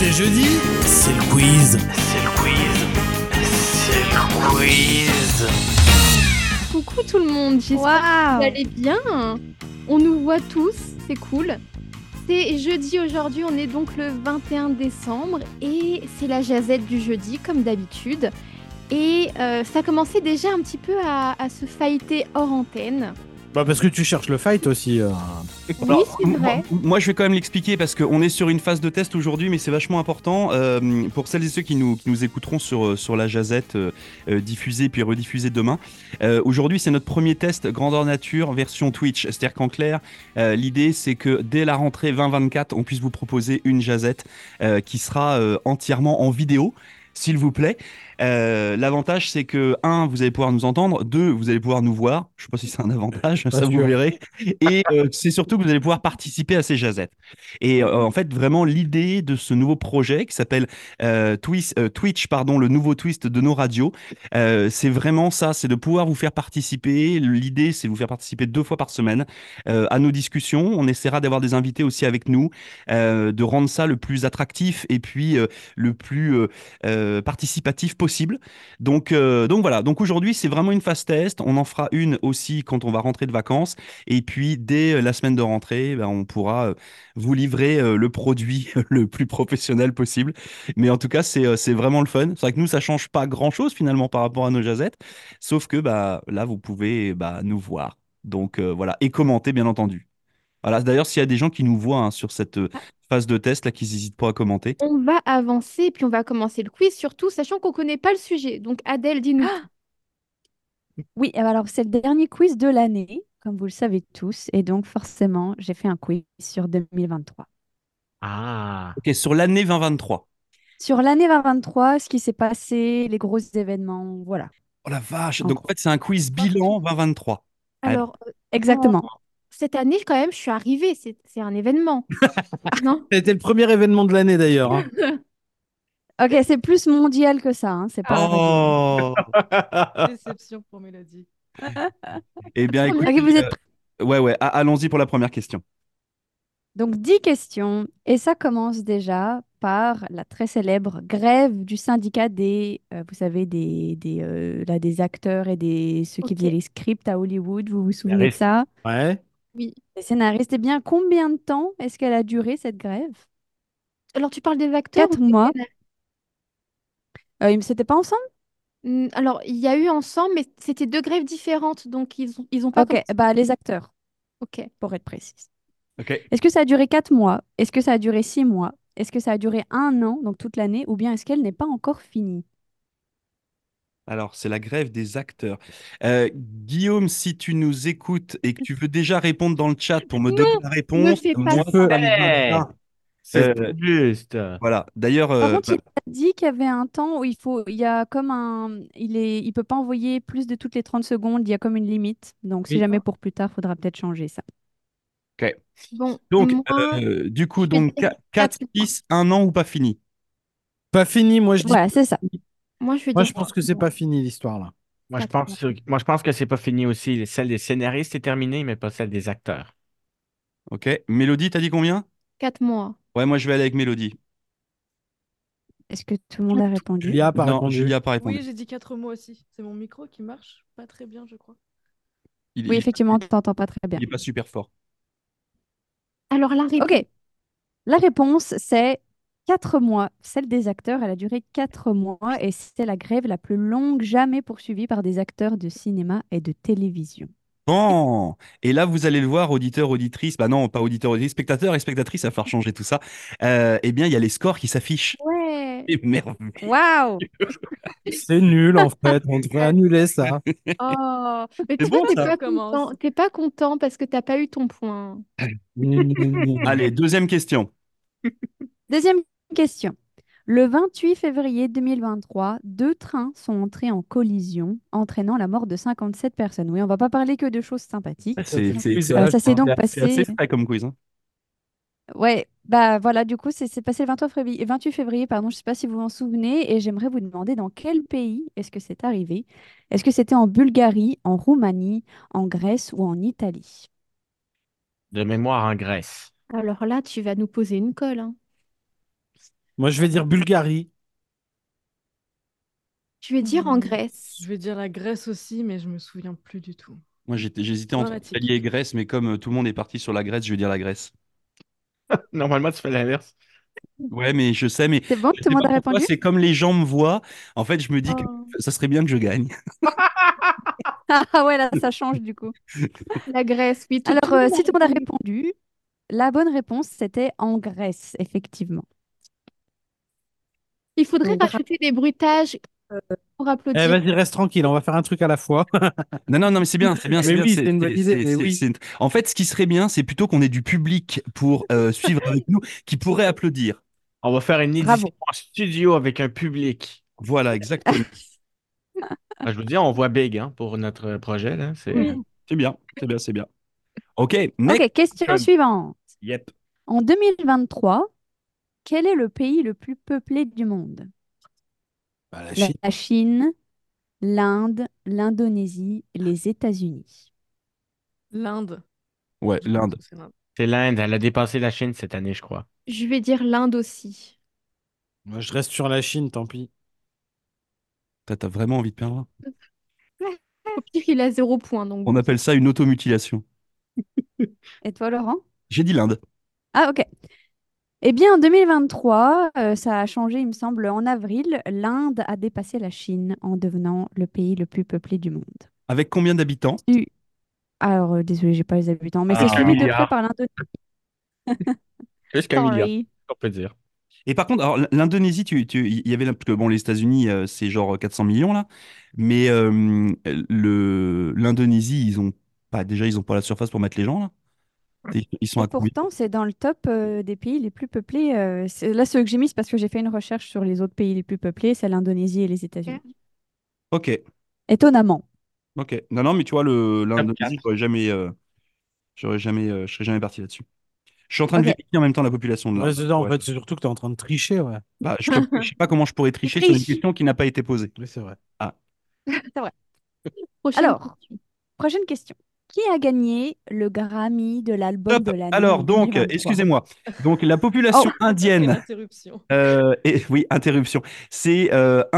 C'est jeudi, c'est le quiz. C'est le quiz. C'est le quiz. Coucou tout le monde, j'espère que vous allez bien. On nous voit tous, c'est cool. C'est jeudi aujourd'hui, on est donc le 21 décembre et c'est la jazette du jeudi comme d'habitude. Et ça commençait déjà un petit peu à se fighter hors antenne. Bah parce que tu cherches le fight aussi. Oui, c'est vrai. Moi, je vais quand même l'expliquer parce qu'on est sur une phase de test aujourd'hui, mais c'est vachement important. Pour celles et ceux qui nous écouteront sur la Jazette diffusée puis rediffusée demain. Aujourd'hui, c'est notre premier test grandeur nature version Twitch. C'est-à-dire qu'en clair, l'idée, c'est que dès la rentrée 2024, on puisse vous proposer une Jazette qui sera entièrement en vidéo, s'il vous plaît. L'avantage, c'est que, un, vous allez pouvoir nous entendre, deux, vous allez pouvoir nous voir. Je sais pas si c'est un avantage, ça vous sûr. verrez. Et c'est surtout que vous allez pouvoir participer à ces jazettes. Et en fait, vraiment, l'idée de ce nouveau projet qui s'appelle Twitch, pardon, le nouveau twist de nos radios, c'est vraiment ça, c'est de pouvoir vous faire participer. L'idée, c'est de vous faire participer 2 fois par semaine à nos discussions. On essaiera d'avoir des invités aussi avec nous, de rendre ça le plus attractif et puis le plus participatif possible. Donc voilà. Donc aujourd'hui, c'est vraiment une phase test. On en fera une aussi quand on va rentrer de vacances. Et puis dès la semaine de rentrée, ben, on pourra vous livrer le produit le plus professionnel possible. Mais en tout cas, c'est vraiment le fun. C'est vrai que nous, ça change pas grand-chose finalement par rapport à nos jazettes. Sauf que bah, là, vous pouvez nous voir. Donc voilà. Et commenter, bien entendu. Voilà. D'ailleurs, s'il y a des gens qui nous voient sur cette phase de test, là, qui n'hésitent pas à commenter. On va avancer et puis on va commencer le quiz, surtout sachant qu'on ne connaît pas le sujet. Donc Adèle, dis-nous tout. Oui, alors c'est le dernier quiz de l'année, comme vous le savez tous, et donc forcément, j'ai fait un quiz sur 2023. Ah. Ok, sur l'année 2023. Sur l'année 2023, ce qui s'est passé, les gros événements, voilà, Oh la vache. en Donc en gros. fait, c'est un quiz bilan 2023. Allez. Alors, Exactement. cette année, quand même, je suis arrivée. C'est un événement. Non? C'était le premier événement de l'année d'ailleurs. Hein. Ok, c'est plus mondial que ça, hein, c'est pas la radio. Oh. Déception pour Mélodie. Eh bien, On a- Ok, écoutez, vous êtes prêts? ouais, allons-y pour la première question. Donc 10 questions, et ça commence déjà par la très célèbre grève du syndicat des, vous savez, des acteurs et ceux qui Ok, faisaient les scripts à Hollywood. Vous vous souvenez de Scénariste. ça? Ouais. oui. Les scénaristes, eh bien, combien de temps est-ce qu'elle a duré cette grève? Alors, tu parles des acteurs ou 4 des mois. scénaristes? C'était pas ensemble? Alors, il y a eu ensemble, mais c'était deux grèves différentes, donc ils ont pas Ok, commencé. bah les acteurs, Ok. pour être précise. Ok. Est-ce que ça a duré 4 mois? Est-ce que ça a duré 6 mois? Est-ce que ça a duré 1 an, donc toute l'année? Ou bien est-ce qu'elle n'est pas encore finie? Alors, c'est la grève des acteurs. Guillaume, si tu nous écoutes et que tu veux déjà répondre dans le chat pour me donner Non, la me réponse, fais pas moi, peux. ça me va Hey, bien. c'est Euh, juste. voilà. D'ailleurs, Par contre, il a dit qu'il y avait un temps où il y a comme il peut pas envoyer plus de toutes les 30 secondes, il y a comme une limite. Donc, si Oui. jamais pour plus tard, faudra peut-être changer ça. ok. Bon, Donc, moi, du coup, je vais donc dire 4, 4 mois. 6, 1 an ou pas fini? Pas fini, moi je dis. Voilà, c'est ça. Moi, je vais Moi dire je pense 4 que c'est mois. pas fini l'histoire là. Moi, je 4 pense, mois. moi, je pense que c'est pas fini aussi. Celle des scénaristes est terminée, mais pas celle des acteurs. Ok. Mélodie, t'as dit combien? 4 mois. Ouais, moi, je vais aller avec Mélodie. Est-ce que tout le monde a répondu? Julia a pas Non, répondu. Julia n'a pas Oui, répondu. j'ai dit 4 mois aussi. C'est mon micro qui marche pas très bien, je crois. Il, Oui, il, effectivement, on t'entend pas très bien. il est pas super fort. Alors, la réponse. Ok, la réponse, c'est 4 mois. Celle des acteurs, elle a duré 4 mois et c'est la grève la plus longue jamais poursuivie par des acteurs de cinéma et de télévision. Bon, et là vous allez le voir, auditeurs, auditrices, bah non, pas auditeurs, auditrices, spectateurs et spectatrices, ça va falloir changer tout ça. Eh bien, il y a les scores qui s'affichent. Ouais. Et merveilleux. Waouh! C'est nul en fait. On devrait annuler ça. Oh, mais C'est toi, bon t'es ça. pas Commence. content. T'es pas content parce que t'as pas eu ton point. Nul, nul, nul. Allez, deuxième question. Deuxième question. Le 28 février 2023, deux trains sont entrés en collision, entraînant la mort de 57 personnes. Oui, on va pas parler que de choses sympathiques. Ça s'est donc C'est assez passé. frais comme quiz, hein. Ouais, bah voilà, du coup, c'est passé le 28 février, pardon, je sais pas si vous vous en souvenez, et j'aimerais vous demander dans quel pays est-ce que c'est arrivé? Est-ce que c'était en Bulgarie, en Roumanie, en Grèce ou en Italie? De mémoire en Grèce. Alors là, tu vas nous poser une colle, hein. Moi, je vais dire Bulgarie. Je vais dire en Grèce. Je vais dire la Grèce aussi, mais je me souviens plus du tout. Moi, j'hésitais entre Dramatique. Italie et Grèce, mais comme tout le monde est parti sur la Grèce, je vais dire la Grèce. Normalement, tu fais l'inverse. Ouais, mais je sais, mais C'est bon, je tout le sais monde pas a pourquoi, répondu? c'est comme les gens me voient. En fait, je me dis que Oh, ça serait bien que je gagne. Ah ouais, là, ça change du coup. la Grèce, oui, tout Alors, le monde si a tout le monde a répondu. répondu, la bonne réponse, c'était en Grèce, effectivement. Il faudrait Donc, rajouter des bruitages pour Eh, applaudir. vas-y, reste tranquille, on va faire un truc à la fois. Non, non, non, mais c'est bien, c'est bien, c'est Mais bien. oui, c'est une bonne idée, mais oui. En fait, ce qui serait bien, c'est plutôt qu'on ait du public pour suivre avec nous, qui pourrait applaudir. On va faire une édition bravo. en studio avec un public. Voilà, exactement. Je vous dis, on voit big hein, pour notre projet. Là. Oui. C'est bien, c'est bien, c'est bien. Ok, Ok, next. question suivante. Yep. En 2023, quel est le pays le plus peuplé du monde? Bah, la La Chine. la Chine, l'Inde, l'Indonésie, les États-Unis. L'Inde. Ouais, Je pense l'Inde. que c'est l'Inde. C'est l'Inde. Elle a dépassé la Chine cette année, je crois. Je vais dire l'Inde aussi. Moi, je reste sur la Chine, tant pis. T'as vraiment envie de perdre? Au pire, il a 0 point, donc On bon. appelle ça une automutilation. Et toi, Laurent? J'ai dit l'Inde. Ah, ok. Eh bien, en 2023, ça a changé, il me semble. En avril, l'Inde a dépassé la Chine en devenant le pays le plus peuplé du monde. Avec combien d'habitants? Alors, désolé, j'ai pas les habitants, mais c'est Avec un suivi de près milliard. par l'Indonésie. Plus qu'un milliard, Sorry. on peut dire. Et par contre, alors, l'Indonésie, il y avait parce que bon, les États-Unis, c'est genre 400 millions là, mais l'Indonésie, ils ont pas déjà, ils ont pas la surface pour mettre les gens là. Ils sont Et à combien? pourtant, c'est dans le top des pays les plus peuplés. Là, ceux que j'ai mis, c'est parce que j'ai fait une recherche sur les autres pays les plus peuplés, c'est l'Indonésie et les États-Unis. Ok, Étonnamment. ok. Non, non, mais tu vois, Top l'Indonésie, 4. je serais jamais parti là-dessus. Je suis en train de Ok, vérifier en même temps la population de Ouais, l'Inde. c'est ça, en Ouais. fait, c'est surtout que tu es en train de tricher, ouais. Bah, je sais pas comment je pourrais tricher sur une Triche. question qui n'a pas été posée. Oui, c'est vrai. Ah, c'est vrai. Prochaine Alors, question. prochaine question. Qui a gagné le Grammy de l'album de top. l'année Alors, en donc, 2023? excusez-moi. Donc, la Oh, population Quelle indienne. interruption. Oui, interruption. C'est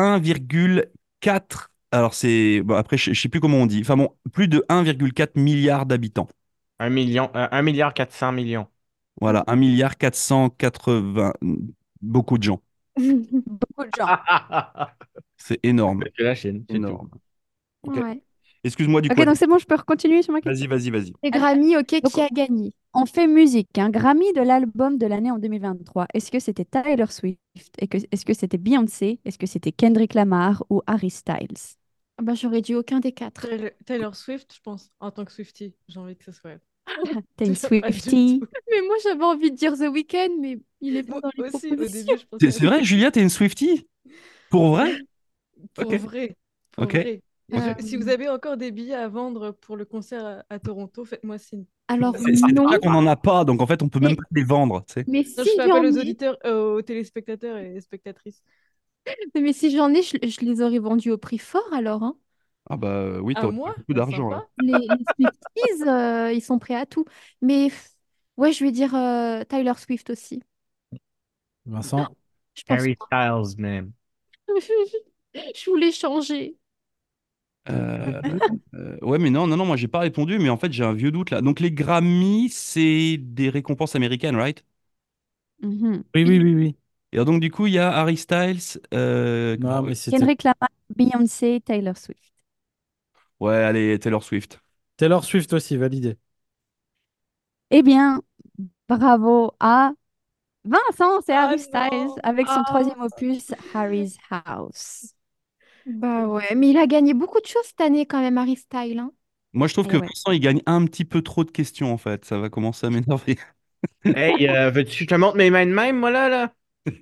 1,4. Alors, c'est. Bon, après, je sais plus comment on dit. Enfin, bon, plus de 1,4 milliard d'habitants. 1 milliard 400 millions. Voilà, 1,480 milliard. Beaucoup de gens. beaucoup de gens. C'est énorme. Que la Chine, c'est tout. Énorme. Ok. Ouais. Excuse-moi du Ok, coup. donc c'est bon, je peux continuer sur ma question? Vas-y, vas-y, vas-y. Les Allez. Grammy, ok, Donc, qui a gagné? on fait musique. Un Grammy de l'album de l'année en 2023. Est-ce que c'était Taylor Swift? Est-ce que c'était Beyoncé? Est-ce que c'était Kendrick Lamar ou Harry Styles? Ah bah, j'aurais dit aucun des quatre. Taylor Swift, je pense, en tant que Swiftie, j'ai envie que ce soit elle. T'es une Pas du Swiftie? tout. Mais moi, j'avais envie de dire The Weeknd, mais il est pas Moi dans les aussi, au propositions. début, je pensais C'est vrai, Julia, t'es une Swiftie? Pour vrai? pour Ok. vrai. Pour Ok. vrai. Ok. Si vous avez encore des billets à vendre pour le concert à Toronto, faites-moi signe. Alors, C'est non. pour ça qu'on n'en a pas, donc en fait, on peut même Mais, pas les vendre, tu sais. mais Non, si je fais j'en appel aux ai, auditeurs, aux téléspectateurs et spectatrices. mais si j'en ai, je les aurais vendus au prix fort alors, hein. Ah bah oui, À t'aurais moi? beaucoup d'argent là. Sympa. Les Swifties, ils sont prêts à tout. Mais ouais, je vais dire Tyler Swift aussi. Vincent. Je pense Harry pas. Styles, man. Je voulais changer. Euh, ouais, mais non, non, non, moi j'ai pas répondu, mais en fait j'ai un vieux doute là. Donc les Grammy, c'est des récompenses américaines, right? Mhm. Oui, oui, oui, oui. Et alors, donc du coup, il y a Harry Styles. Non, mais c'était Kendrick Lamar, Beyoncé, Taylor Swift. Ouais, allez, Taylor Swift. Taylor Swift aussi, validé. Eh bien, bravo à Vincent, c'est Ah Harry Styles non! avec son Ah, troisième opus, Harry's House. bah ouais, mais il a gagné beaucoup de choses cette année quand même, Harry Styles, hein. Moi je trouve Et que ouais. Vincent il gagne un petit peu trop de questions en fait. Ça va commencer à m'énerver. Hey, veux-tu que je te montre mes mains de même, moi, là?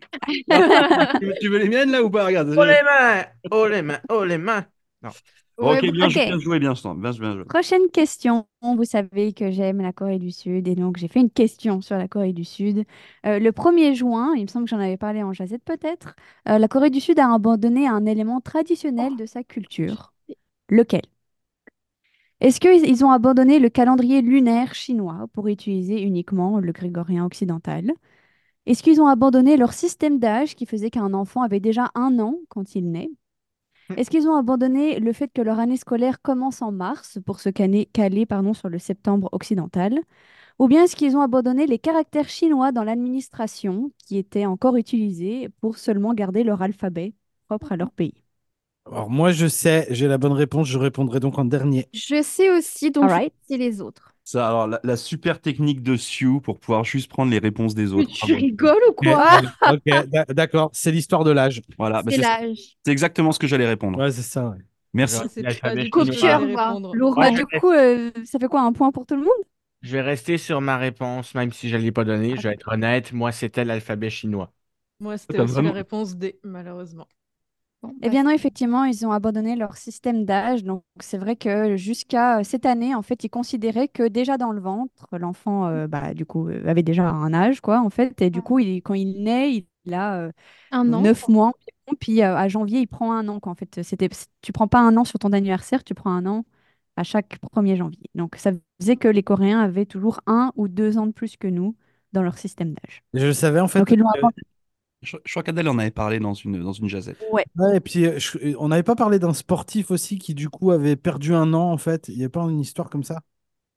Tu veux les miennes là ou pas? Regarde. Oh les mains! Oh les mains! Oh les mains! Non. Bon, Ouais, ok, bien, Ok, bien joué, bien, bien, bien joué. prochaine question. Vous savez que j'aime la Corée du Sud et donc j'ai fait une question sur la Corée du Sud. Le 1er juin, il me semble que j'en avais parlé en Jazette peut-être, la Corée du Sud a abandonné un élément traditionnel de sa culture. Lequel? Est-ce qu'ils ont abandonné le calendrier lunaire chinois pour utiliser uniquement le grégorien occidental? Est-ce qu'ils ont abandonné leur système d'âge qui faisait qu'un enfant avait déjà 1 an quand il naît? Est-ce qu'ils ont abandonné le fait que leur année scolaire commence en mars pour se caler sur le septembre occidental? Ou bien est-ce qu'ils ont abandonné les caractères chinois dans l'administration qui étaient encore utilisés pour seulement garder leur alphabet propre à leur pays? Alors moi, je sais, j'ai la bonne réponse, je répondrai donc en dernier. Je sais aussi, donc All je vais right. laisser les autres. Ça, alors, la super technique de Sioux pour pouvoir juste prendre les réponses des Mais autres. tu Bravo. rigoles ou Ok, quoi? ok, d'accord, c'est l'histoire de l'âge. Voilà, bah, C'est c'est l'âge. c'est exactement ce que j'allais répondre. Ouais, c'est ça, ouais. Merci. Je sais pas L'alphabet du tout ce que chinois. Copieur, j'allais va. répondre. Laurent. Bah, Ouais, du coup, ça fait quoi, un point pour tout le monde? je vais rester sur ma réponse, même si je ne l'ai pas donnée. Je vais être honnête, moi, c'était l'alphabet chinois. Moi, c'était T'as aussi vraiment- la réponse D, malheureusement. Bon, Eh bah, bien non, effectivement, ils ont abandonné leur système d'âge. Donc c'est vrai que jusqu'à cette année, en fait, ils considéraient que déjà dans le ventre, l'enfant, du coup, avait déjà un âge, quoi, en fait. Et du coup, quand il naît, il a 1 an. 9 mois environ. Puis à janvier, il prend 1 an, quoi. En fait, tu prends pas 1 an sur ton anniversaire, tu prends 1 an à chaque 1er janvier. Donc ça faisait que les Coréens avaient toujours 1 ou 2 ans de plus que nous dans leur système d'âge. Je le savais en fait. Donc ils l'ont abandonné. Je crois qu'Adèle en avait parlé dans une jazette. Ouais. Ouais, et puis on n'avait pas parlé d'un sportif aussi qui du coup avait perdu 1 an en fait. Il n'y a pas une histoire comme ça?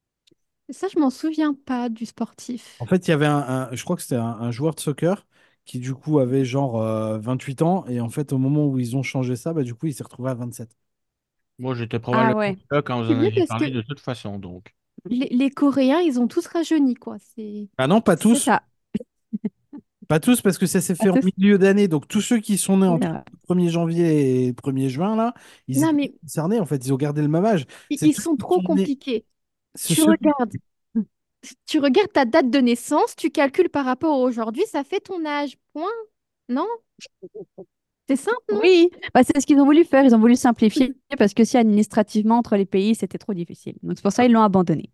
Ça, je m'en souviens pas du sportif. En fait, il y avait je crois que c'était un joueur de soccer qui du coup avait genre 28 ans et en fait au moment où ils ont changé ça, bah du coup il s'est retrouvé à 27. Moi, j'étais Ah probablement ouais. là quand vous C'est en bien aviez parce que parlé de toute façon, donc. les Coréens, ils ont tous rajeuni, quoi. C'est... Ah non, pas C'est tous. ça. Pas tous parce que ça s'est À fait en tous. milieu d'année. Donc tous ceux qui sont nés C'est entre vrai. le 1er janvier et le 1er juin là, ils Non, étaient mais concernés en fait, ils ont gardé le même âge. C'est ils ceux sont qui trop sont nés. compliqués. C'est Tu ceux- regardes, tu regardes ta date de naissance, tu calcules par rapport à aujourd'hui, ça fait ton âge. Point. Non? C'est simple, non? Oui, bah, c'est ce qu'ils ont voulu faire. Ils ont voulu simplifier parce que si administrativement entre les pays, c'était trop difficile. Donc c'est pour ça qu'ils l'ont abandonné.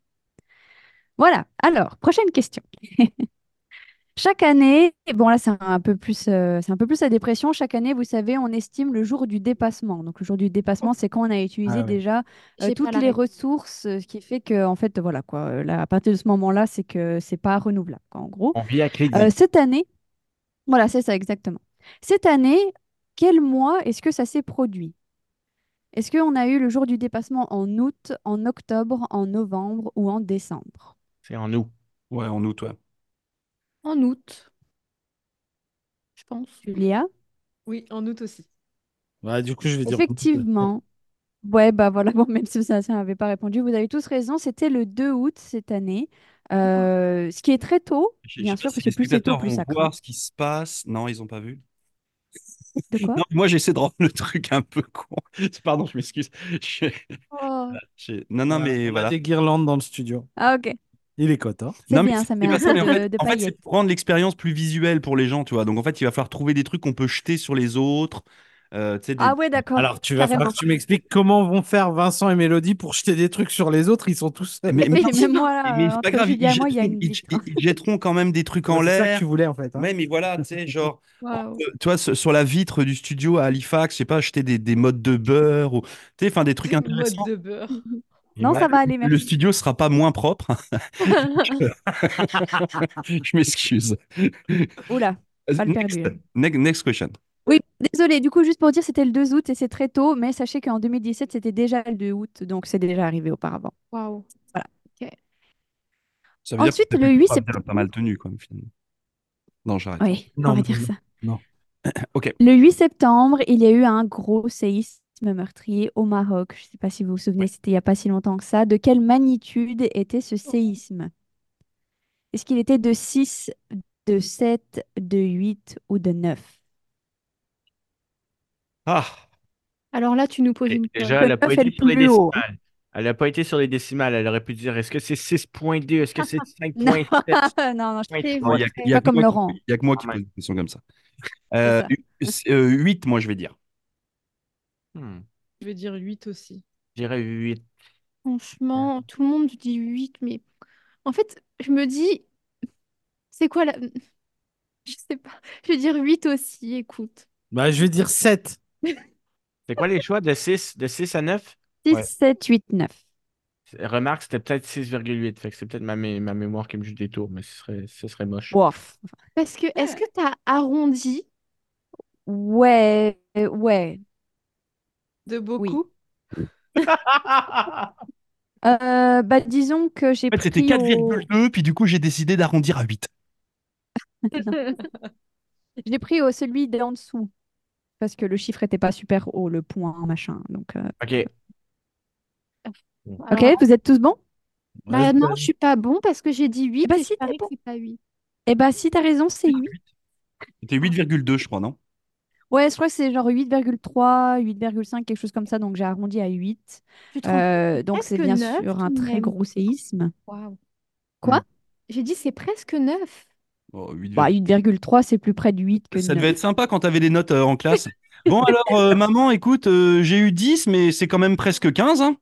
Voilà. Alors, prochaine question. Chaque année, bon là c'est un peu plus la dépression. Chaque année, vous savez, on estime le jour du dépassement. Donc le jour du dépassement, c'est quand on a utilisé Ah ouais. déjà J'ai pas toutes la les réponse. ressources, ce qui fait que en fait voilà quoi. Là, à partir de ce moment-là, c'est que c'est pas renouvelable, quoi, en gros. On vit à crédit. Cette année, voilà, c'est ça exactement. Cette année, quel mois est-ce que ça s'est produit? Est-ce qu'on a eu le jour du dépassement en août, en octobre, en novembre ou en décembre? C'est en nous. Ouais, en août, ouais. En août, je pense. Julia? Oui, en août aussi. Ouais, du coup, je vais dire. Effectivement. Ouais, bah voilà, bon, même si ça n'avait pas répondu, vous avez tous raison, c'était le 2 août cette année. Ce qui est très tôt, Je bien sais pas sûr, si parce que les plus c'est tôt, spectateurs plus vont ça craint. voir ce qui se passe. Non, ils n'ont pas vu. De quoi? Non, moi, j'essaie de rendre le truc un peu con. Pardon, je m'excuse. Oh. Non, mais On a voilà. des guirlandes dans le studio. Ah, ok. Il est content. C'est Non, mais bien, ça met c'est un pas ça, peu mais de en fait, c'est paillettes. pour rendre l'expérience plus visuelle pour les gens, tu vois. Donc, en fait, il va falloir trouver des trucs qu'on peut jeter sur les autres. Tu sais, Ah ouais, d'accord, Alors, tu vas falloir carrément. que tu m'expliques comment vont faire Vincent et Mélodie pour jeter des trucs sur les autres. Ils sont tous seuls. Mais Oui, non, même moi, mais là, c'est pas entre grave, Julia et moi, il y a une vitre. ils jetteront quand même des trucs en C'est ça que l'air. tu voulais en fait. Hein. Ouais, mais voilà, tu sais, genre, Waouh. tu vois, sur la vitre du studio à Halifax, je sais pas, jeter des mottes de beurre ou, tu sais, enfin, des trucs Mode intéressants. de beurre. Et Non, voilà, ça va aller, le merci. studio sera pas moins propre. Je m'excuse. Oula, pas le Next, perdu, là. next question. Oui, désolé, du coup, juste pour dire, c'était le 2 août et c'est très tôt, mais sachez qu'en 2017, c'était déjà le 2 août, donc c'est déjà arrivé auparavant. Waouh. Voilà. Ok. Ça veut dire que Ensuite, t'as le plutôt 8 pas mal septembre. tenu, quoi, finalement. Non, j'arrête. Oui, on Non, va non, dire non. ça. Non. Ok. Le 8 septembre, il y a eu un gros séisme meurtrier au Maroc. Je ne sais pas si vous vous souvenez, c'était il n'y a pas si longtemps que ça. De quelle magnitude était ce séisme? Est-ce qu'il était de 6, de 7, de 8 ou de 9? Ah, Alors là, tu nous poses Et une colle. déjà, elle Le n'a pas 9 est été le sur les plus haut. décimales. Elle n'a pas été sur les décimales. Elle aurait pu dire est-ce que c'est 6,2? Est-ce que c'est Non, 5,7? non, non, C'est non, il y a, vrai. il y a pas que comme moi qui, Laurent. il y a que moi Quand qui même. pose des questions comme ça. C'est ça. 8, moi, je vais dire. Hmm. Je vais dire 8 aussi. Je dirais 8. Franchement, tout le monde dit 8, mais en fait, je me dis, c'est quoi la... Je sais pas. Je vais dire 8 aussi, écoute. Bah, je vais dire 7. C'est quoi les choix de 6 à 9? 6, Ouais. 7, 8, 9. Remarque, c'était peut-être 6,8. Fait que c'est peut-être ma mémoire qui me joue des tours, mais ce serait moche. Bof. Parce que, est-ce que tu as arrondi? Ouais, ouais, De oui. beaucoup? Bah, disons que j'ai En fait, c'était pris au... 4,2, puis du coup, j'ai décidé d'arrondir à 8. Non. J'ai pris au celui d'en dessous, parce que le chiffre était pas super haut, le point, machin. Donc, OK. ok, Alors là, vous êtes tous bons? Ouais, bah non, je suis pas bon parce que j'ai dit Eh 8 bah et je si, t'es parie que bon. c'est pas 8. Eh bah si, t'as raison, c'est 8. C'était 8,2, je crois, non? Ouais, je crois que c'est genre 8,3, 8,5, quelque chose comme ça, donc j'ai arrondi à 8. Tu te rends compte, c'est Donc c'est presque bien 9 sûr un tout de très même. gros séisme. Waouh. Hmm. Quoi? J'ai dit c'est presque 9. Oh, 8, Bah, 8,3, c'est plus près de 8 que de ça devait 9. être sympa quand tu avais des notes en classe. Bon, alors, maman, écoute, j'ai eu 10, mais c'est quand même presque 15, hein.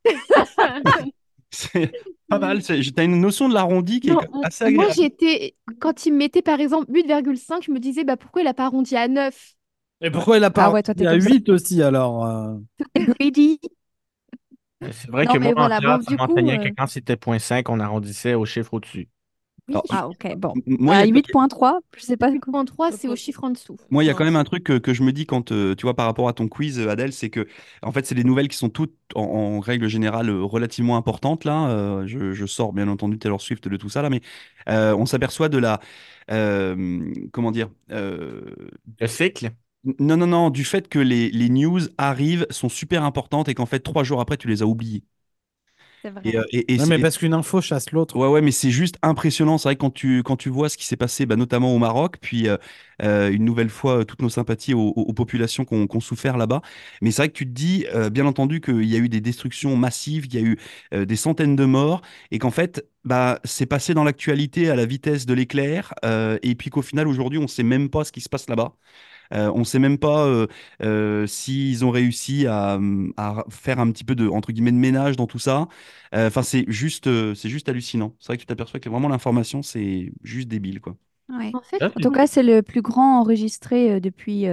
C'est pas mal. T'as une notion de l'arrondi qui est Non, quand même assez moi agréable. j'étais, quand il me mettait par exemple 8,5, je me disais bah pourquoi il a pas arrondi à 9? Et pourquoi il a pas Ah ouais, toi, arrondi t'es à comme ça. 8 aussi alors Greedy. C'est vrai que Non, moi, mais en voilà, bon, classe, on du coup, m'enseignait que quand c'était 0,5, on arrondissait au chiffre au-dessus. Oui, Alors, je suis ah ok, bon. moi, il y À a, 8,3, je sais pas quoi. 8,3, Ça c'est au pose- chiffre en dessous. Moi, il y a Non, quand même un truc que je me dis quand, tu vois, par rapport à ton quiz, Adèle, c'est que, en fait, c'est des nouvelles qui sont toutes, en règle générale, relativement importantes, là. Je sors, bien entendu, Taylor Swift de tout ça, là, mais on s'aperçoit de la... comment dire Le cycle? Non, non, non, du fait que les news arrivent, sont super importantes et qu'en fait, 3 jours après, tu les as oubliées. C'est Et, vrai. Ouais, mais parce qu'une info chasse l'autre. ouais, ouais, mais c'est juste impressionnant. C'est vrai que quand tu vois ce qui s'est passé, bah, notamment au Maroc, puis une nouvelle fois, toutes nos sympathies aux populations qui ont souffert là-bas. Mais c'est vrai que tu te dis, bien entendu, qu'il y a eu des destructions massives, il y a eu des centaines de morts, et qu'en fait, bah, c'est passé dans l'actualité à la vitesse de l'éclair, et puis qu'au final, aujourd'hui, on ne sait même pas ce qui se passe là-bas. On ne sait même pas s'ils ont réussi à faire un petit peu de, entre guillemets, de ménage dans tout ça. Enfin, c'est juste hallucinant. C'est vrai que tu t'aperçois que vraiment l'information, c'est juste débile, quoi. Ouais. En fait, Ah, En tout cas, c'est le plus grand enregistré depuis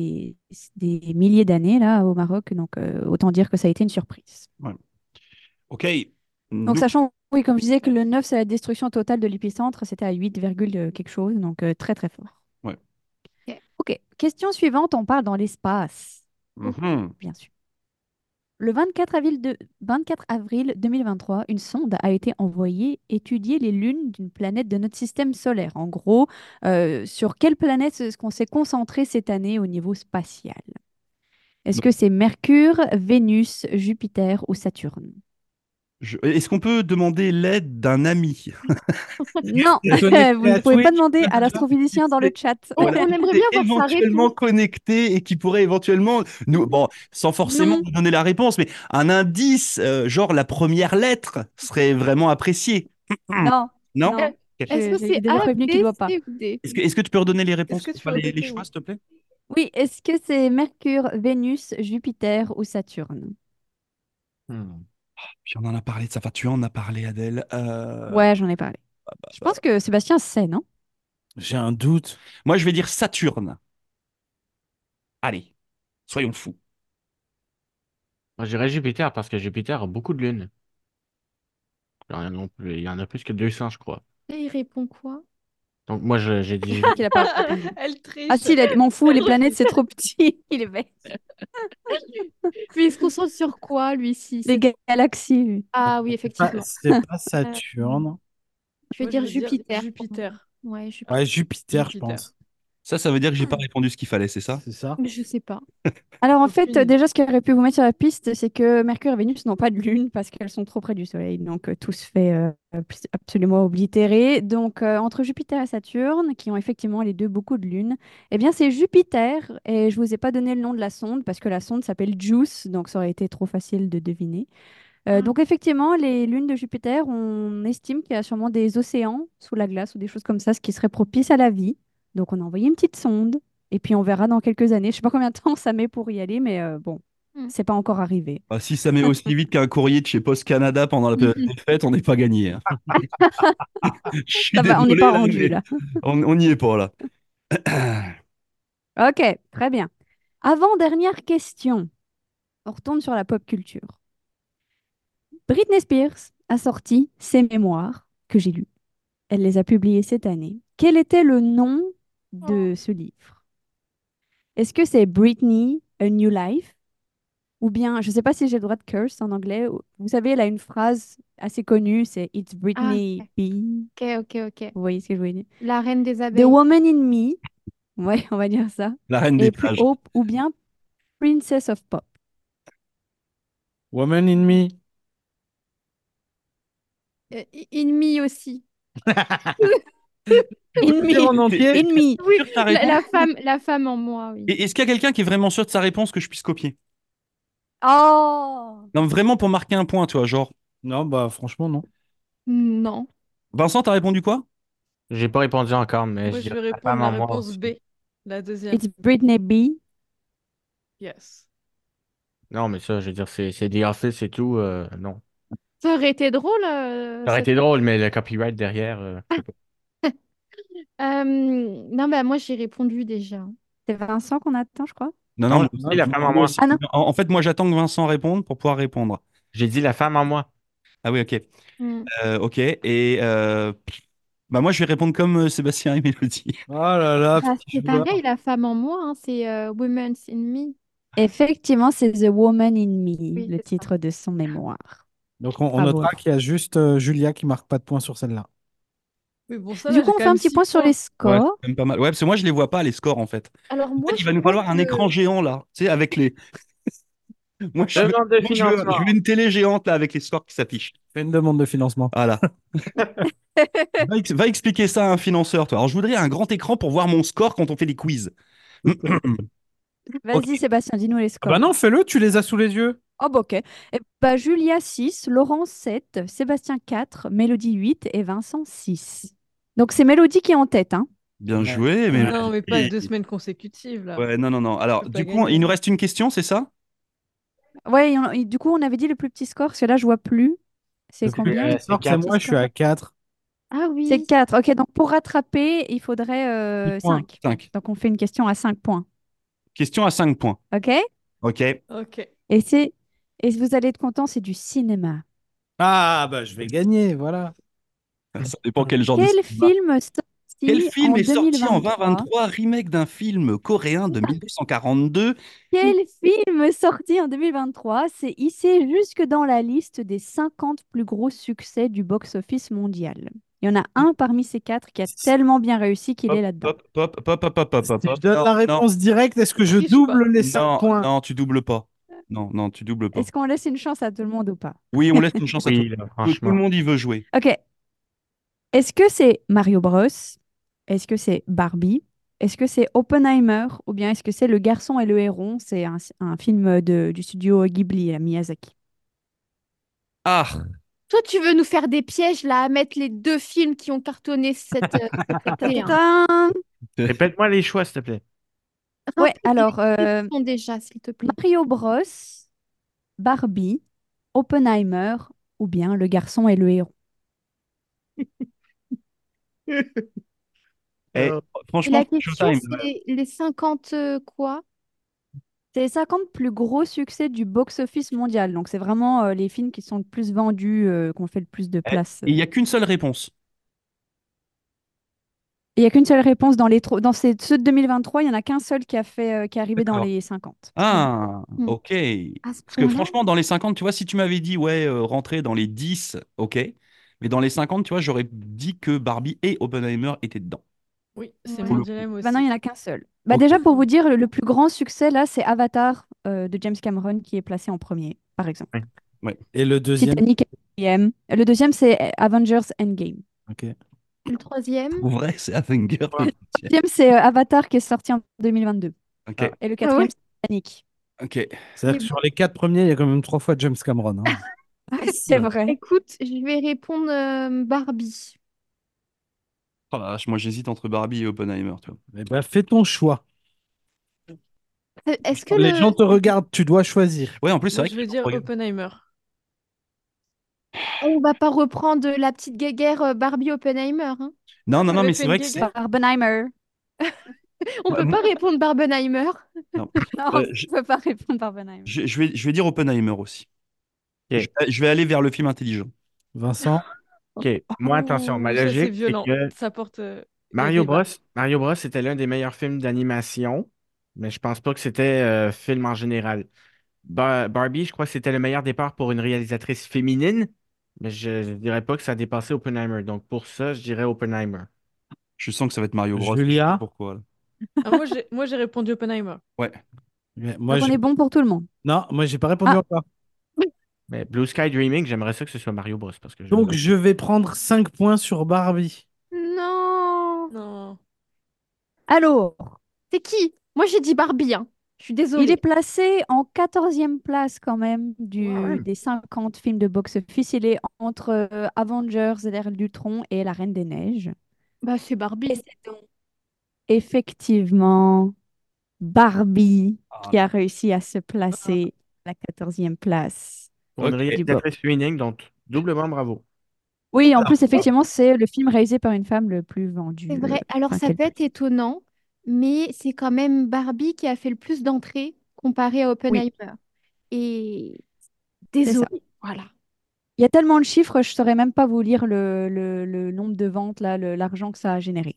des milliers d'années là au Maroc. Donc, autant dire que ça a été une surprise. Ouais. Ok. Donc, Nous- sachant, oui, comme je disais, que le 9, c'est la destruction totale de l'épicentre, c'était à 8, quelque chose. Donc, très, très fort. ouais. Ok. Question suivante, on parle dans l'espace, Mhm. bien sûr. Le 24 avril 2023, une sonde a été envoyée étudier les lunes d'une planète de notre système solaire. En gros, sur quelle planète est-ce qu'on s'est concentré cette année au niveau spatial? Est-ce que c'est Mercure, Vénus, Jupiter ou Saturne? Est-ce qu'on peut demander l'aide d'un ami? Non, vous Connecté ne à pouvez pas Twitch. demander à l'astrophysicien dans le chat. Voilà, on aimerait qui bien est voir sa éventuellement réponse. connecté et qui pourrait éventuellement nous, bon, sans forcément Non, nous donner la réponse, mais un indice, genre la première lettre, serait vraiment apprécié. non, Non? non. Ok. Est-ce que J'ai c'est déjà A, prévenu B, qu'il ne doit pas. C ou D? Est-ce que tu peux redonner les est-ce réponses, que tu peux enfin, les répéter, choix, oui. s'il te plaît? Oui, est-ce que c'est Mercure, Vénus, Jupiter ou Saturne? Hmm. Puis on en a parlé de ça. Enfin, tu en as parlé, Adèle. Ouais, j'en ai parlé. Je pense que Sébastien sait, non? J'ai un doute. Moi, je vais dire Saturne. Allez, soyons fous. Moi, je dirais Jupiter parce que Jupiter a beaucoup de lunes. Il y en a plus que 200, je crois. Et il répond quoi? Donc, moi, j'ai dit Je crois qu'il n'a pas répondu. Elle triche. Ah si, m'en fout, les Elle planètes, c'est triche. trop petit. Il est bête. Lui, il se concentre sur quoi, lui, si Les c'est... galaxies, lui. Ah oui, effectivement. C'est pas Euh, Saturne. je vais Moi, je dire veux dire Jupiter. Jupiter. Ouais, Ouais, Jupiter. Jupiter, je Jupiter. pense. Ça veut dire que j'ai pas répondu ce qu'il fallait, c'est ça? C'est ça? Je sais pas. Alors en fait, Aucune idée. déjà, ce qui aurait pu vous mettre sur la piste, c'est que Mercure et Vénus n'ont pas de lune parce qu'elles sont trop près du Soleil. Donc tout se fait absolument oblitérer. Donc entre Jupiter et Saturne, qui ont effectivement les deux beaucoup de lunes, eh bien c'est Jupiter. Et je vous ai pas donné le nom de la sonde parce que la sonde s'appelle JUICE, donc ça aurait été trop facile de deviner. Ah. Donc effectivement, les lunes de Jupiter, on estime qu'il y a sûrement des océans sous la glace ou des choses comme ça, ce qui serait propice à la vie. Donc on a envoyé une petite sonde et puis on verra dans quelques années. Je sais pas combien de temps ça met pour y aller, mais bon, Hmm. c'est pas encore arrivé. Ah, si ça met aussi vite qu'un courrier de chez Post Canada pendant la période des fêtes, on n'est pas gagné, hein. Je suis Ça va, on n'est pas désolé, là, rendu mais là. on n'y est pas, là. Ok, très bien. Avant-dernière question. On retourne sur la pop culture. Britney Spears a sorti ses mémoires que j'ai lues. Elle les a publiées cette année. Quel était le nom de ce livre? Est-ce que c'est Britney, A New Life? Ou bien, je ne sais pas si j'ai le droit de curse en anglais. Vous savez, elle a une phrase assez connue, c'est It's Ah, Britney B. ok. Vous voyez ce que je voulais dire? La reine des The abeilles. Woman in Me. Ouais, on va dire ça. La reine Et des plus plages. haut, ou bien Princess of Pop. Woman in Me. In Me aussi. In Dire en Me. entier. In Me. Oui, Sûr de ta réponse la femme en moi, oui. Et est-ce qu'il y a quelqu'un qui est vraiment sûr de sa réponse que je puisse copier? Oh! Non, vraiment pour marquer un point, tu vois, genre. Non, bah franchement, non. Non. Vincent, t'as répondu quoi? J'ai pas répondu encore, mais Moi, je je dirais vais la femme répondre en la moi réponse aussi. B, la deuxième. It's Britney B. Yes. Non, mais ça, je veux dire, c'est The Office et tout. Non. Ça aurait été drôle. Ça aurait été drôle, mais le copyright derrière, je sais pas. Non, bah moi j'ai répondu déjà. C'est Vincent qu'on attend, je crois. Non, non, Non, moi j'ai aussi, dit la femme en moi moi. aussi. Ah non. En fait, moi, j'attends que Vincent réponde pour pouvoir répondre. J'ai dit la femme en moi. Ah oui, ok. Hmm. Ok. Et bah moi, je vais répondre comme Sébastien et Mélodie. Oh là là, Bah, petit c'est joueur. pareil, la femme en moi, hein, c'est Women's in Me. Effectivement, c'est The Woman in Me, Oui, le c'est ça. titre de son mémoire. Donc on Bravo. notera qu'il y a juste Julia qui marque pas de points sur celle-là. Oui, bon, ça Du va, coup, j'ai on quand fait un même petit 6 point sur les points. Ouais, c'est scores. quand même pas mal. Ouais, parce que moi, je les vois pas, les scores, en fait. Alors En moi fait, il je va nous crois falloir un que... écran géant, là, tu sais, avec les... Moi, Demande de je veux financement. une télé géante, là, avec les scores qui s'affichent. Fais une demande de financement. Voilà. Va expliquer ça à un financeur, toi. Alors, je voudrais un grand écran pour voir mon score quand on fait des quiz. Ok. Vas-y, Sébastien, dis-nous les Ah bah scores. non, fais-le, tu les as sous les yeux. Oh, bah, ok. Julia 6, Laurent 7, Sébastien 4, Mélodie 8 et Vincent 6. Donc, c'est Mélodie qui est en tête, hein. Bien Ouais. joué, mais... Non, mais pas 2 semaines consécutives, là. Ouais, non, non, non. Alors, Je peux du pas coup, il gagner. nous reste une question, c'est ça? Ouais, et du coup, on avait dit le plus petit score, parce que là, je vois plus. C'est Le plus combien le petit plus C'est score, c'est 4. moi, je suis à 4. Ah C'est oui. 4. Ok, donc pour rattraper, il faudrait 10 points. 5. 5. Donc on fait une question à 5 points. Question à 5 points. Ok? Ok. Ok. Et c'est et vous allez être content, c'est du cinéma. Ah bah je vais gagner, voilà. Ça dépend quel genre de Quel cinéma. film Quel sorti film en est sorti en 2023? 2023, remake d'un film coréen de 1942? Quel film sorti en 2023 s'est hissé jusque dans la liste des 50 plus gros succès du box-office mondial? Il y en a un parmi ces 4 qui a tellement bien réussi qu'il est Hop, là-dedans. hop, hop, hop, hop, hop, hop, Si hop, je hop. donne Non, la non, réponse directe, est-ce que je Triche pas. double les 5 non, points? non, tu doubles pas. Non, non, tu doubles pas. Est-ce qu'on laisse une chance à tout le monde ou pas? Oui, on laisse une chance à tout. Oui, là, Tout le franchement. monde y veut jouer. Ok. Est-ce que c'est Mario Bros? Est-ce que c'est Barbie? Est-ce que c'est Oppenheimer? Ou bien est-ce que c'est Le Garçon et le Héron? C'est un film du studio Ghibli à Miyazaki. Ah, Toi, tu veux nous faire des pièges là, à mettre les 2 films qui ont cartonné cette année, hein. Tadam. Répète-moi les choix, s'il te plaît. Ouais, Rappelle alors les questions déjà, s'il te plaît. Mario Bros, Barbie, Oppenheimer ou bien Le Garçon et le Héron. eh, Et franchement, la c'est question, Showtime. c'est les 50 quoi? C'est les 50 plus gros succès du box-office mondial. Donc, c'est vraiment les films qui sont le plus vendus, qui ont fait le plus de place. Il n'y a qu'une seule réponse. Il n'y a qu'une seule réponse dans ceux de 2023. Il n'y en a qu'un seul qui a fait, qui est arrivé dans D'accord. les 50. Ah, Hmm. ok. À ce Parce que point-là? franchement, dans les 50, tu vois, si tu m'avais dit, ouais, rentrer dans les 10, ok. Mais dans les 50, tu vois, j'aurais dit que Barbie et Oppenheimer étaient dedans. Oui, c'est Ouais. mon le dilemme aussi. Maintenant, il n'y en a qu'un seul. Bah, Ok. déjà, pour vous dire, le plus grand succès, là, c'est Avatar de James Cameron qui est placé en premier, par exemple. Et le deuxième? Titanic est deuxième. Le deuxième, c'est Avengers Endgame. Ok. Le troisième? Pour vrai, c'est Avenger. Le deuxième, c'est Avatar qui est sorti en 2022. Ok, Ah. Et le Ah quatrième, ouais? c'est Titanic. ok. C'est-à-dire Mais que sur les 4 premiers, il y a quand même 3 fois James Cameron, hein. C'est vrai. Écoute, je vais répondre Barbie. Oh la vache, moi j'hésite entre Barbie et Oppenheimer, tu vois. Eh ben, fais ton choix. Est-ce que Les gens te regardent, tu dois choisir. Ouais, en plus, c'est Moi, vrai je que vais dire regarde. Oppenheimer. on va pas reprendre la petite guéguerre Barbie Oppenheimer, hein? Non, non, Ça non, aurait mais fait c'est une vrai que c'est. guéguerre. Barbenheimer. On Moi- peut moi- pas répondre Barbenheimer. non. Non, on ne peut pas répondre Barbenheimer. Je vais dire Oppenheimer aussi. Ok, Je vais aller vers le film intelligent. Vincent, ok. Moi, attention, ma Oh, ça, c'est logique, c'est violent. que Ça porte des Mario Bros. débats. Mario Bros, c'était l'un des meilleurs films d'animation, mais je pense pas que c'était film en général. Barbie, je crois que c'était le meilleur départ pour une réalisatrice féminine, mais je dirais pas que ça a dépassé Oppenheimer. Donc pour ça, je dirais Oppenheimer. Je sens que ça va être Mario Bros. Je sais pas Julia. pourquoi, là. Ah, moi, j'ai répondu Oppenheimer. Ouais. Moi, Donc on est bon pour tout le monde. Non, moi, j'ai pas répondu Ah, encore. Mais Blue Sky Dreaming, j'aimerais ça que ce soit Mario Bros. Parce que je Donc, l'adore. je vais prendre 5 points sur Barbie. Non. Non. alors, C'est qui? Moi, j'ai dit Barbie, hein. Je suis il est désolée. placé en 14e place quand même Ouais. des 50 films de box-office. Il est entre Avengers, l'ère d'Ultron et La Reine des Neiges. Bah, c'est Et Barbie. c'est donc effectivement Barbie Ah, qui a réussi à se placer à la 14e place Pour une du box. réalisatrice féminine, donc doublement bravo. Oui, en plus, effectivement, c'est le film réalisé par une femme le plus C'est vendu. vrai. Alors, Enfin, ça peut être étonnant, mais c'est quand même Barbie qui a fait le plus d'entrées comparé à Oui, Oppenheimer. Et c'est ça. désolée. Voilà. Il y a tellement de chiffres, je ne saurais même pas vous lire le nombre de ventes, là, l'argent que ça a généré.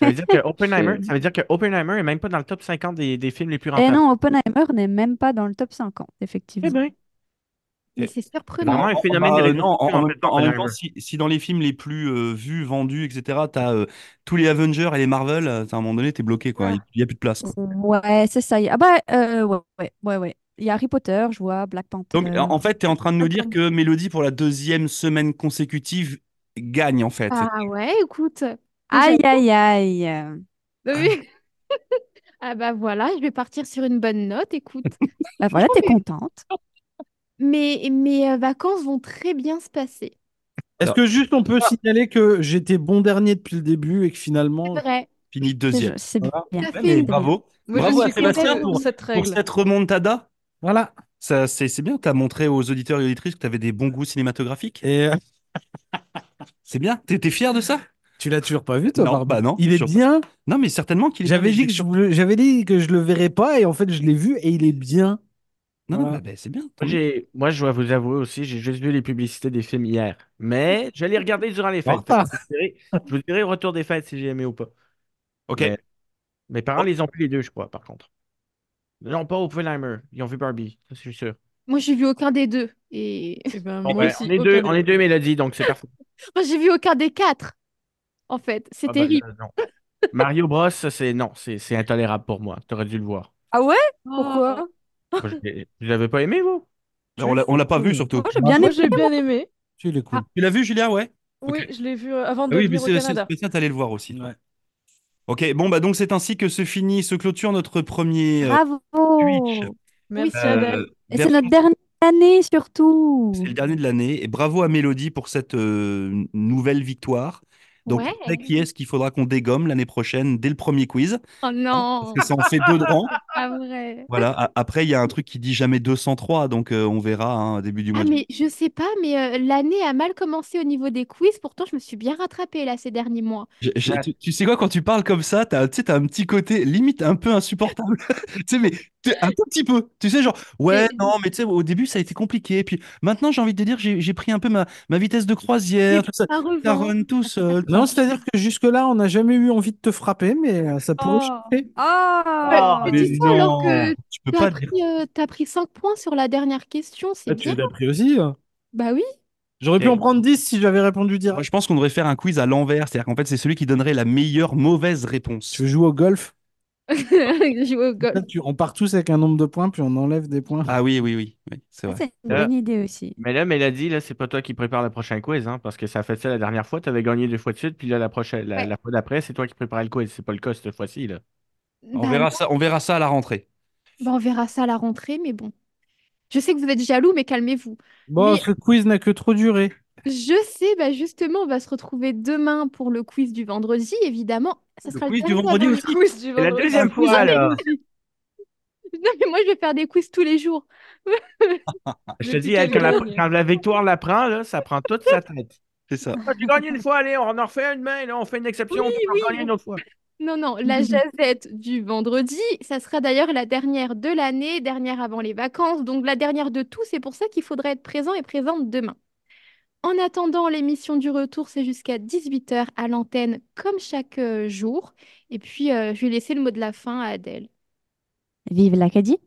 Ça veut dire que Oppenheimer est même pas dans le top 50 des films les plus Et rentables. non, Oppenheimer n'est même pas dans le top 50, Eh effectivement. bien, Mais c'est c'est surprenant. vraiment un phénomène de Non, réputation en fait, en même temps, Oppenheimer. si dans les films les plus vus, vendus, etc., t'as tous les Avengers et les Marvel, à un moment donné, t'es bloqué, quoi. Il n'y a plus de place, quoi. Ouais, c'est ça. Ah bah, ouais. Il y a Harry Potter, je vois, Black Donc, Panther. en fait, tu es en train de nous dire que Mélodie, pour la deuxième semaine consécutive, gagne, en fait. Ah ouais, écoute. Déjà, Aïe, aïe, aïe. bah oui. Ah bah voilà, je vais partir sur une bonne note, écoute. Bah voilà, Franchement, t'es contente. mes vacances vont très bien se passer. Est-ce Alors, que juste on peut signaler que j'étais bon dernier depuis le début et que C'est finalement, vrai. fini deuxième. C'est bien. voilà. Ça Ouais, fait mais une... C'est bien. bravo. Moi, je Bravo à suis Sébastien contente de cette pour règle. cette remontada. Voilà. Ça, c'est bien, tu as montré aux auditeurs et auditrices que tu avais des bons goûts cinématographiques. Et C'est bien. T'es fier de ça? tu l'as toujours pas vu, toi, Non, Barbie? bah non. Il est bien. Non, mais certainement qu'il est bien. J'avais dit que j'avais dit que je le verrais pas et en fait, je l'ai vu et il est bien. Non, non, Voilà. bah, c'est bien. Moi, moi, je dois vous avouer aussi, j'ai juste vu les publicités des films hier. Mais je l'ai regardé durant les fêtes. Fait que Ah, je vous dirai au retour des fêtes si j'ai aimé ou pas. Ok. Mais mes parents les ont pris les deux, je crois, par contre. Non, pas Oppenheimer. Ils ont vu Barbie, ça, c'est sûr. Moi, j'ai vu aucun des deux. Et Eh ben, Bon, moi ben, aussi, aucun des on est deux. deux Mélodies, donc c'est parfait. moi, j'ai vu aucun des quatre, en fait. C'est Ah, ben, terrible. non. Mario Bros, ça, non, c'est intolérable pour moi. T'aurais dû le voir. Ah ouais? Oh. Pourquoi? Moi, vous l'avez pas aimé, vous? On l'a pas vu, cool. surtout. Moi, j'ai bien Moi, aimé. j'ai bien aimé. Si, il est cool. Ah, Tu l'as vu, Julia? Ouais. Ok. Oui, je l'ai vu avant Ah de oui, mais venir au Canada. Sébastien, t'allais le voir aussi, toi. Ouais. Ok, bon, bah donc c'est ainsi que se clôture notre premier Twitch. Bravo. oui, Merci, c'est vrai. Adèle. Et c'est Version. notre dernière année C'est surtout. le dernier de l'année. Et bravo à Mélodie pour cette nouvelle victoire. Donc, Ouais. après, qui est-ce qu'il faudra qu'on dégomme l'année prochaine dès le premier quiz? Oh Hein, parce non, que ça en fait deux de rang. pas vrai. Voilà. Après, il y a un truc qui dit jamais 203. Donc, on verra hein, au début du Ah, mois de mais je sais pas, mais l'année a mal commencé au niveau des quiz. Pourtant, je me suis bien rattrapée là ces derniers mois. Ouais. Tu sais quoi, quand tu parles comme ça, tu sais, t'as un petit côté limite un peu insupportable. Tu sais, mais un tout petit peu. Tu sais, genre, ouais, Mais non, mais tu sais, au début, ça a été compliqué. Puis maintenant, j'ai envie de te dire, j'ai pris un peu ma vitesse de croisière, j'ai tout ça. pas Ça revanche. run tout seul. Non, c'est-à-dire que jusque-là, on n'a jamais eu envie de te frapper, mais ça pourrait Oh. changer. Ah, Tu mais dis ça alors non, que tu peux pas dire. t'as pris 5 points sur la dernière question, c'est Ah, tu bien. les as pris aussi, hein. Bah oui. J'aurais pu en Ok. prendre 10 si j'avais répondu Moi, direct. je pense qu'on devrait faire un quiz à l'envers. C'est-à-dire qu'en fait, c'est celui qui donnerait la meilleure mauvaise Tu réponse. veux jouer au golf? Jouer au golf. Peut-être on part tous avec un nombre de points, puis on enlève des points. Ah oui, oui, oui, oui, c'est Ah, vrai. c'est une Là, bonne idée aussi. mais là, Mélodie, là, c'est pas toi qui prépare le prochain quiz, hein, parce que ça a fait ça la dernière fois, tu avais gagné 2 fois de suite, puis là, Ouais. la fois d'après, c'est toi qui préparais le quiz. C'est pas le cas cette fois-ci, là. Bah non, On verra ça à la rentrée. bah on verra ça à la rentrée, mais bon. Je sais que vous êtes jaloux, mais calmez-vous. Bon, Mais ce quiz n'a que trop duré. je sais, bah justement, on va se retrouver demain pour le quiz du vendredi, évidemment. Ça Le sera le quiz du dernier vendredi avant Le le aussi. quiz. quiz du C'est la vendredi. deuxième Vous fois, en avez là. aussi. Non, mais moi, je vais faire des quiz tous les jours. Je te Depuis dis, elle, qu'elle gagne. quand la victoire la prend, là, ça prend toute sa tête. C'est ça. Ah, tu gagnes une fois, allez, on en refait une main, là, on fait une exception, Oui, puis on oui, gagne une autre fois. Non, non, la jazette du vendredi, ça sera d'ailleurs la dernière de l'année, dernière avant les vacances, donc la dernière de tout. C'est pour ça qu'il faudrait être présent et présente demain. En attendant, l'émission du retour, c'est jusqu'à 18 h à l'antenne, comme chaque jour. Et puis, je vais laisser le mot de la fin à Adèle. Vive l'Acadie!